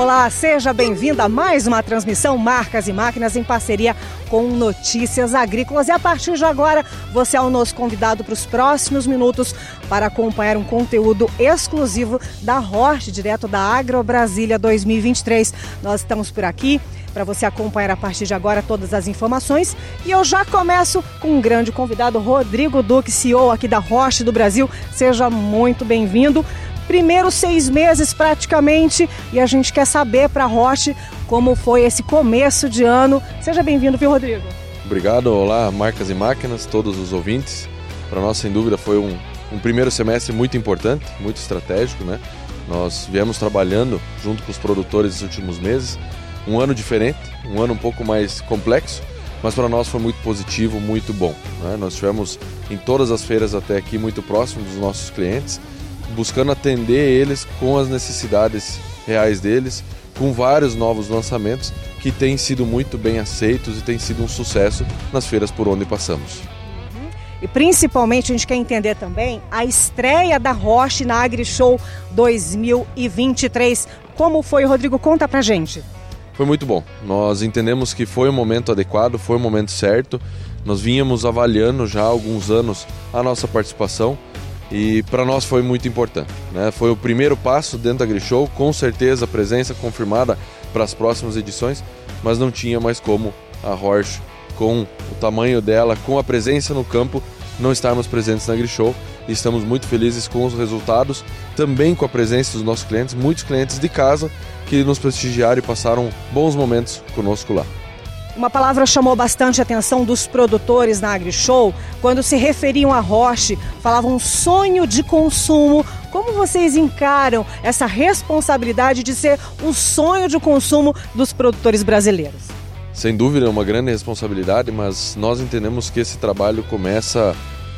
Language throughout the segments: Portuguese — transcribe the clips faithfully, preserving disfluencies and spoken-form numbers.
olá, seja bem-vindo a mais uma transmissão Marcas e Máquinas em parceria com Notícias Agrícolas. E a partir de agora, você é o nosso convidado para os próximos minutos para acompanhar um conteúdo exclusivo da Horsch, direto da AgroBrasília dois mil e vinte e três. Nós estamos por aqui para você acompanhar a partir de agora todas as informações. E eu já começo com um grande convidado, Rodrigo Duque, C E O aqui da Horsch do Brasil. Seja muito bem-vindo. Primeiros seis meses praticamente, e a gente quer saber para a Horsch como foi esse começo de ano. Seja bem-vindo, viu, Rodrigo? Obrigado, olá, Marcas e Máquinas, todos os ouvintes. Para nós, sem dúvida, foi um, um primeiro semestre muito importante, muito estratégico, né? Nós viemos trabalhando junto com os produtores nos últimos meses, um ano diferente, um ano um pouco mais complexo, mas para nós foi muito positivo, muito bom, né? Nós estivemos em todas as feiras até aqui muito próximos dos nossos clientes, buscando atender eles com as necessidades reais deles, com vários novos lançamentos que têm sido muito bem aceitos e têm sido um sucesso nas feiras por onde passamos. E principalmente a gente quer entender também a estreia da Horsch na AgriShow dois mil e vinte e três. Como foi, Rodrigo? Conta pra gente. Foi muito bom. Nós entendemos que foi o momento adequado, foi o momento certo. Nós vínhamos avaliando já há alguns anos a nossa participação. E para nós foi muito importante, né? Foi o primeiro passo dentro da AgriShow, com certeza a presença confirmada para as próximas edições, mas não tinha mais como a Horsch, com o tamanho dela, com a presença no campo, não estarmos presentes na AgriShow. E estamos muito felizes com os resultados, também com a presença dos nossos clientes, muitos clientes de casa que nos prestigiaram e passaram bons momentos conosco lá. Uma palavra chamou bastante a atenção dos produtores na AgriShow, quando se referiam à Horsch, falavam sonho de consumo. Como vocês encaram essa responsabilidade de ser o sonho de consumo dos produtores brasileiros? Sem dúvida é uma grande responsabilidade, mas nós entendemos que esse trabalho começa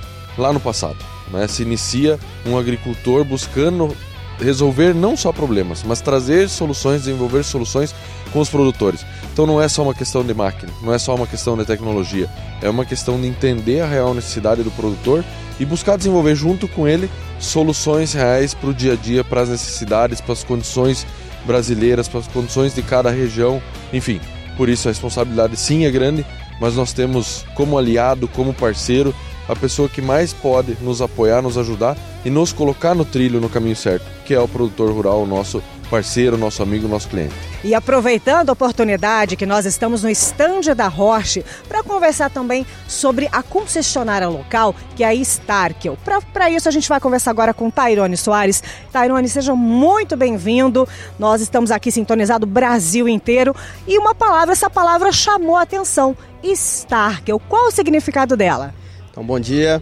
lá no passado, né? Se inicia um agricultor buscando resolver não só problemas, mas trazer soluções, desenvolver soluções com os produtores. Então não é só uma questão de máquina, não é só uma questão de tecnologia, é uma questão de entender a real necessidade do produtor e buscar desenvolver junto com ele soluções reais para o dia a dia, para as necessidades, para as condições brasileiras, para as condições de cada região, enfim. Por isso a responsabilidade sim é grande, mas nós temos como aliado, como parceiro, a pessoa que mais pode nos apoiar, nos ajudar e nos colocar no trilho, no caminho certo, que é o produtor rural, o nosso parceiro, nosso amigo, nosso cliente. E aproveitando a oportunidade que nós estamos no estande da Horsch para conversar também sobre a concessionária local, que é a Starkel. Para isso a gente vai conversar agora com Tairone Soares. Tairone, seja muito bem-vindo. Nós estamos aqui sintonizados o Brasil inteiro. E uma palavra, essa palavra chamou a atenção. Starkel, qual o significado dela? Então, bom dia.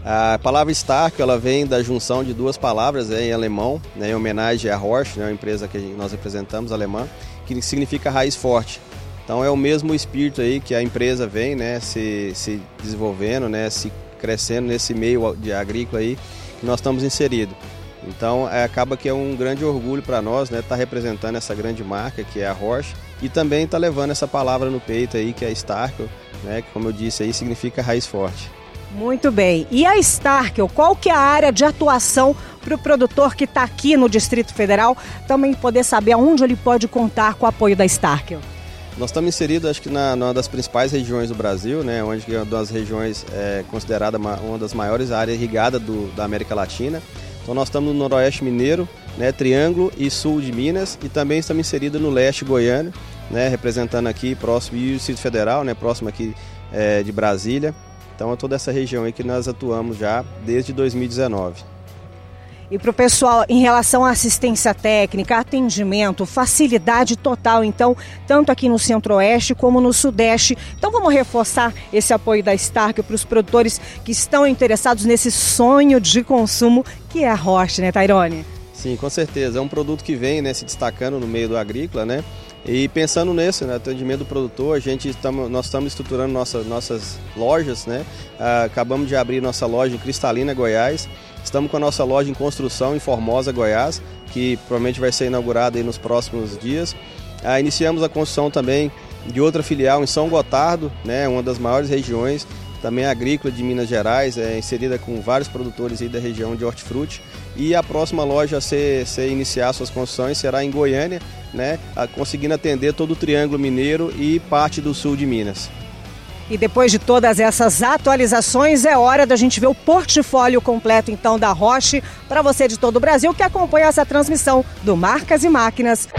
A palavra Starkel, ela vem da junção de duas palavras, é, em alemão, né, em homenagem à Horsch, né, uma empresa que nós representamos, alemã, que significa raiz forte. Então é o mesmo espírito aí que a empresa vem, né, se, se desenvolvendo, né, se crescendo nesse meio de agrícola aí que nós estamos inseridos. Então é, acaba que é um grande orgulho para nós, né, estar tá representando essa grande marca que é a Horsch e também estar tá levando essa palavra no peito aí que é a Starkel, né, que como eu disse aí significa raiz forte. Muito bem. E a Starkel, qual que é a área de atuação para o produtor que está aqui no Distrito Federal também poder saber aonde ele pode contar com o apoio da Starkel? Nós estamos inseridos, acho que na, numa das principais regiões do Brasil, né, onde é uma das regiões é, considerada uma, uma das maiores áreas irrigadas do, da América Latina. Então nós estamos no Noroeste Mineiro, né, Triângulo e Sul de Minas, e também estamos inseridos no Leste Goiano, né, representando aqui próximo do Distrito Federal, né, próximo aqui é, de Brasília. Então é toda essa região aí que nós atuamos já desde dois mil e dezenove. E para o pessoal, em relação à assistência técnica, atendimento, facilidade total, então, tanto aqui no Centro-Oeste como no Sudeste. Então vamos reforçar esse apoio da Starkel para os produtores que estão interessados nesse sonho de consumo que é a Horsch, né, Tairone? Sim, com certeza. É um produto que vem, né, se destacando no meio do agrícola, né? E pensando nesse, né, atendimento do produtor, a gente estamos, nós estamos estruturando nossa, nossas lojas, né? Ah, acabamos de abrir nossa loja em Cristalina, Goiás. Estamos com a nossa loja em construção em Formosa, Goiás, que provavelmente vai ser inaugurada aí nos próximos dias. Ah, iniciamos a construção também de outra filial em São Gotardo, né, uma das maiores regiões também agrícola de Minas Gerais, é inserida com vários produtores aí da região de hortifruti. E a próxima loja a ser, ser iniciar suas construções será em Goiânia, né, conseguindo atender todo o Triângulo Mineiro e parte do sul de Minas. E depois de todas essas atualizações, é hora da gente ver o portfólio completo, então, da Roche, para você de todo o Brasil que acompanha essa transmissão do Marcas e Máquinas.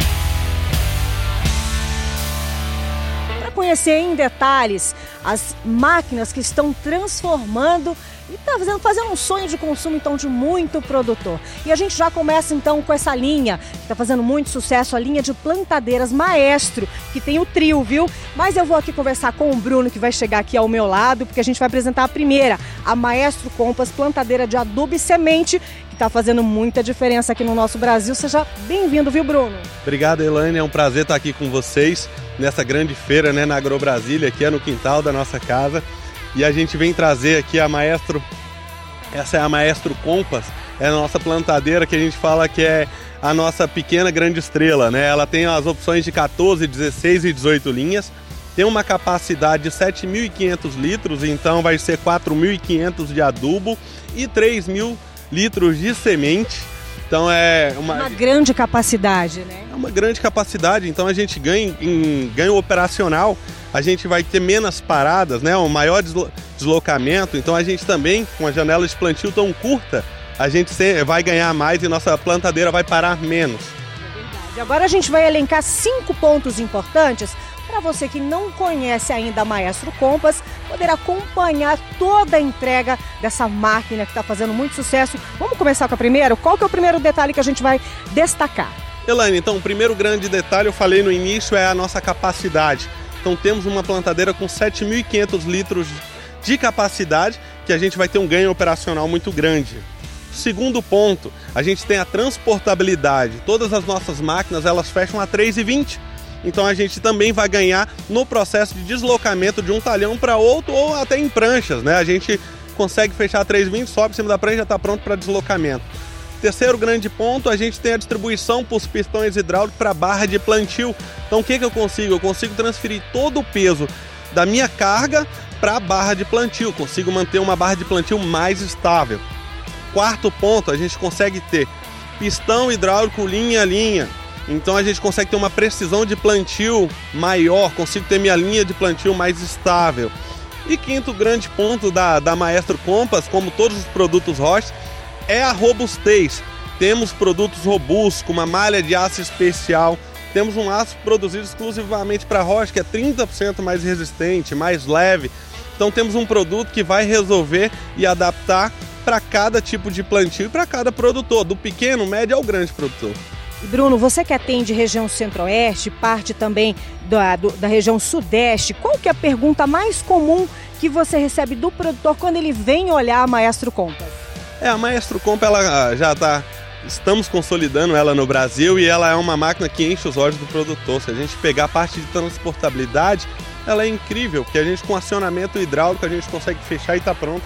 Para conhecer em detalhes as máquinas que estão transformando e está fazendo, fazendo um sonho de consumo, então, de muito produtor. E a gente já começa, então, com essa linha, que está fazendo muito sucesso, a linha de plantadeiras Maestro, que tem o trio, viu? Mas eu vou aqui conversar com o Bruno, que vai chegar aqui ao meu lado, porque a gente vai apresentar a primeira, a Maestro Compass, plantadeira de adubo e semente, que está fazendo muita diferença aqui no nosso Brasil. Seja bem-vindo, viu, Bruno? Obrigado, Elaine. É um prazer estar aqui com vocês nessa grande feira, né, na AgroBrasília, que é no quintal da nossa casa. E a gente vem trazer aqui a Maestro, essa é a Maestro Compass, é a nossa plantadeira que a gente fala que é a nossa pequena grande estrela, né? Ela tem as opções de quatorze, dezesseis e dezoito linhas, tem uma capacidade de sete mil e quinhentos litros, então vai ser quatro mil e quinhentos de adubo e três mil litros de semente. Então é uma... uma grande capacidade, né? É uma grande capacidade, então a gente ganha em ganho operacional, a gente vai ter menos paradas, né? Um maior deslo- deslocamento, então a gente também, com a janela de plantio tão curta, a gente vai ganhar mais e nossa plantadeira vai parar menos. É verdade. Agora a gente vai elencar cinco pontos importantes para você que não conhece ainda a Maestro Compass poder acompanhar toda a entrega dessa máquina que está fazendo muito sucesso. Vamos começar com a primeira? Qual que é o primeiro detalhe que a gente vai destacar? Elaine, então o primeiro grande detalhe, eu falei no início, é a nossa capacidade. Então temos uma plantadeira com sete mil e quinhentos litros de capacidade, que a gente vai ter um ganho operacional muito grande. Segundo ponto, a gente tem a transportabilidade. Todas as nossas máquinas, elas fecham a três e vinte. Então a gente também vai ganhar no processo de deslocamento de um talhão para outro ou até em pranchas, né? A gente consegue fechar a três e vinte, sobe em cima da prancha e já está pronto para deslocamento. Terceiro grande ponto, a gente tem a distribuição por pistões hidráulicos para barra de plantio. Então o que, que eu consigo? Eu consigo transferir todo o peso da minha carga para a barra de plantio. Consigo manter uma barra de plantio mais estável. Quarto ponto, a gente consegue ter pistão hidráulico linha a linha. Então a gente consegue ter uma precisão de plantio maior, consigo ter minha linha de plantio mais estável. E quinto grande ponto da, da Maestro Compass, como todos os produtos Roche, é a robustez. Temos produtos robustos, com uma malha de aço especial. Temos um aço produzido exclusivamente para Roche, que é trinta por cento mais resistente, mais leve. Então temos um produto que vai resolver e adaptar para cada tipo de plantio e para cada produtor, do pequeno, médio ao grande produtor. E Bruno, você que atende região centro-oeste, parte também da, do, da região sudeste, qual que é a pergunta mais comum que você recebe do produtor quando ele vem olhar a Maestro Compass? É, a Maestro Compass, ela já está, estamos consolidando ela no Brasil e ela é uma máquina que enche os olhos do produtor. Se a gente pegar a parte de transportabilidade, ela é incrível, porque a gente com acionamento hidráulico a gente consegue fechar e está pronto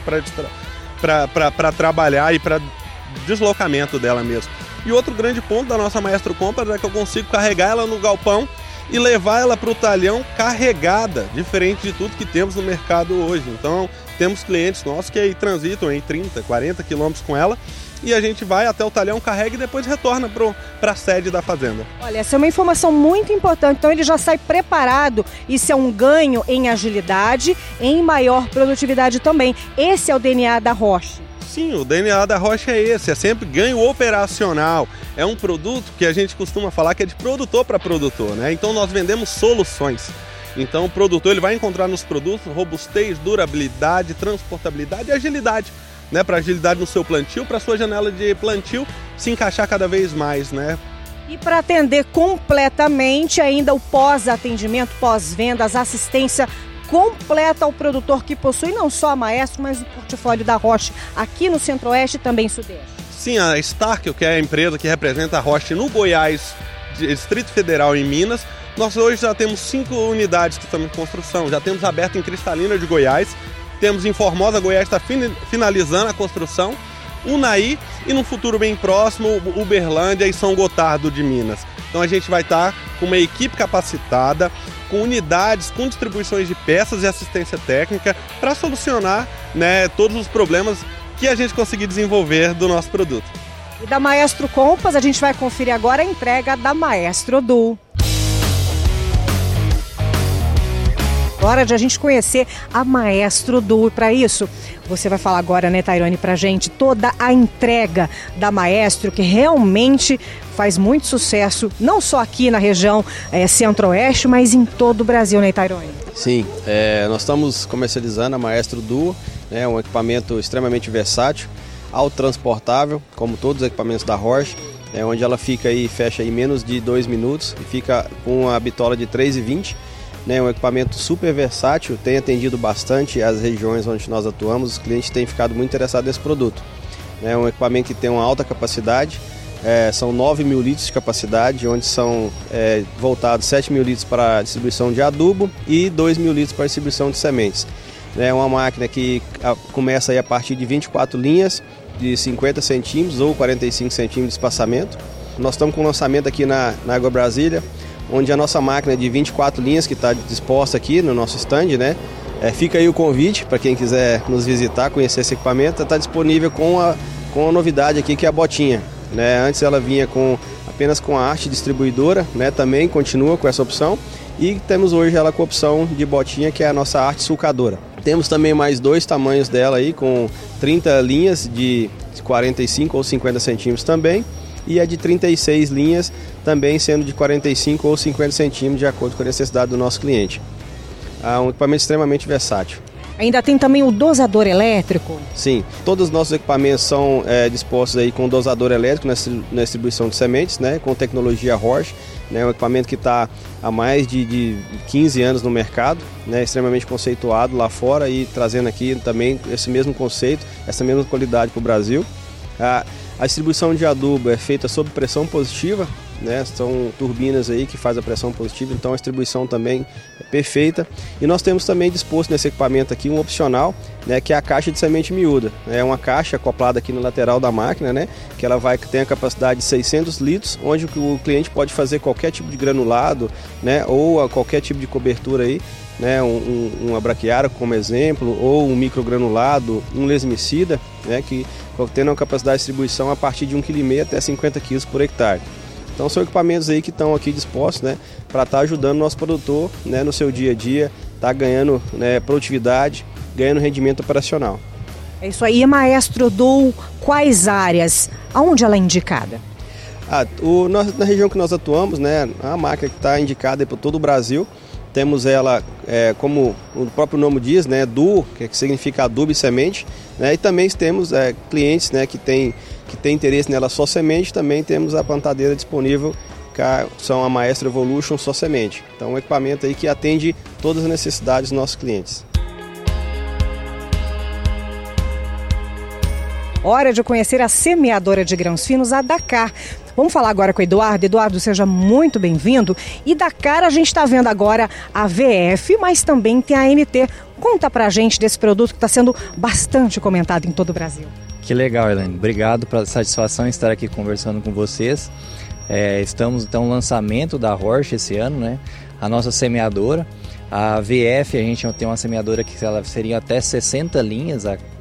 para trabalhar e para deslocamento dela mesmo. E outro grande ponto da nossa Maestro Compass é que eu consigo carregar ela no galpão e levar ela para o talhão carregada, diferente de tudo que temos no mercado hoje. Então, temos clientes nossos que aí transitam em trinta, quarenta quilômetros com ela e a gente vai até o talhão, carrega e depois retorna para a sede da fazenda. Olha, essa é uma informação muito importante. Então, ele já sai preparado. Isso é um ganho em agilidade, em maior produtividade também. Esse é o D N A da Roche. Sim, o D N A da Roche é esse, é sempre ganho operacional. É um produto que a gente costuma falar que é de produtor para produtor, né? Então nós vendemos soluções. Então o produtor ele vai encontrar nos produtos robustez, durabilidade, transportabilidade e agilidade, né? Para agilidade no seu plantio, para sua janela de plantio se encaixar cada vez mais, né? E para atender completamente ainda o pós-atendimento, pós-vendas, assistência completa ao produtor que possui não só a Maestro, mas o portfólio da Roche aqui no Centro-Oeste e também Sudeste. Sim, a Starkel, que é a empresa que representa a Roche no Goiás, Distrito Federal e em Minas, nós hoje já temos cinco unidades que estão em construção. Já temos aberto em Cristalina de Goiás, temos em Formosa, Goiás está finalizando a construção, Unai e no futuro bem próximo, Uberlândia e São Gotardo de Minas. Então a gente vai estar com uma equipe capacitada, com unidades, com distribuições de peças e assistência técnica para solucionar, né, todos os problemas que a gente conseguir desenvolver do nosso produto. E da Maestro Compas, a gente vai conferir agora a entrega da Maestro Duo. Hora de a gente conhecer a Maestro Duo. Para isso, você vai falar agora, né, Tairone, pra gente toda a entrega da Maestro, que realmente faz muito sucesso, não só aqui na região é, centro-oeste, mas em todo o Brasil, né, Tairone? Sim, é, nós estamos comercializando a Maestro Duo, né, um equipamento extremamente versátil, autotransportável, como todos os equipamentos da Horsch, é, onde ela fica aí, fecha em menos de dois minutos e fica com a bitola de três e vinte. É um equipamento super versátil, tem atendido bastante as regiões onde nós atuamos, os clientes têm ficado muito interessados nesse produto. É um equipamento que tem uma alta capacidade, é, são nove mil litros de capacidade, onde são é, voltados sete mil litros para a distribuição de adubo e dois mil litros para a distribuição de sementes. É uma máquina que a, começa aí a partir de vinte e quatro linhas de cinquenta centímetros ou quarenta e cinco centímetros de espaçamento. Nós estamos com um lançamento aqui na, na Água Brasília, onde a nossa máquina de vinte e quatro linhas que está disposta aqui no nosso stand, né? É, fica aí o convite para quem quiser nos visitar, conhecer esse equipamento, está disponível com a, com a novidade aqui que é a botinha, né? Antes ela vinha com, apenas com a arte distribuidora, né? Também continua com essa opção e temos hoje ela com a opção de botinha que é a nossa arte sulcadora. Temos também mais dois tamanhos dela aí com trinta linhas de quarenta e cinco ou cinquenta centímetros também. E a de trinta e seis linhas, também sendo de quarenta e cinco ou cinquenta centímetros, de acordo com a necessidade do nosso cliente. É um equipamento extremamente versátil. Ainda tem também o dosador elétrico? Sim, todos os nossos equipamentos são é, dispostos aí com dosador elétrico na, na distribuição de sementes, né, com tecnologia Horsch, né, um equipamento que está há mais de, de quinze anos no mercado, né, extremamente conceituado lá fora e trazendo aqui também esse mesmo conceito, essa mesma qualidade para o Brasil. Ah, A distribuição de adubo é feita sob pressão positiva, né? São turbinas aí que fazem a pressão positiva, então a distribuição também é perfeita. E nós temos também disposto nesse equipamento aqui um opcional, né, que é a caixa de semente miúda. É uma caixa acoplada aqui na lateral da máquina, né, que ela vai ter a capacidade de seiscentos litros, onde o cliente pode fazer qualquer tipo de granulado, né, ou qualquer tipo de cobertura aí, né, um, um, uma braquiária como exemplo, ou um microgranulado, um lesmicida, né, que tendo uma capacidade de distribuição a partir de um vírgula cinco quilômetros até cinquenta quilos por hectare. Então são equipamentos aí que estão aqui dispostos, né, para estar tá ajudando o nosso produtor, né, no seu dia a dia, tá ganhando, né, produtividade, ganhando rendimento operacional. É isso aí, Maestro Duo, quais áreas? Aonde ela é indicada? Ah, o, na, na região que nós atuamos, né, a máquina que está indicada para todo o Brasil. Temos ela, é, como o próprio nome diz, né, Duo, que significa adubo e semente, né, e também temos é, clientes, né, que têm que tem interesse nela só semente, também temos a plantadeira disponível, que são a Maestro Evolution só semente. Então um equipamento aí que atende todas as necessidades dos nossos clientes. Hora de conhecer a semeadora de grãos finos, a Dakar. Vamos falar agora com o Eduardo. Eduardo, seja muito bem-vindo. E Dakar, a gente está vendo agora a V F, mas também tem a N T. Conta pra gente desse produto que está sendo bastante comentado em todo o Brasil. Que legal, Elaine. Obrigado pela satisfação em estar aqui conversando com vocês. É, estamos, então, no lançamento da Horsch esse ano, né? A nossa semeadora. A V F, a gente tem uma semeadora que ela seria até sessenta linhas, a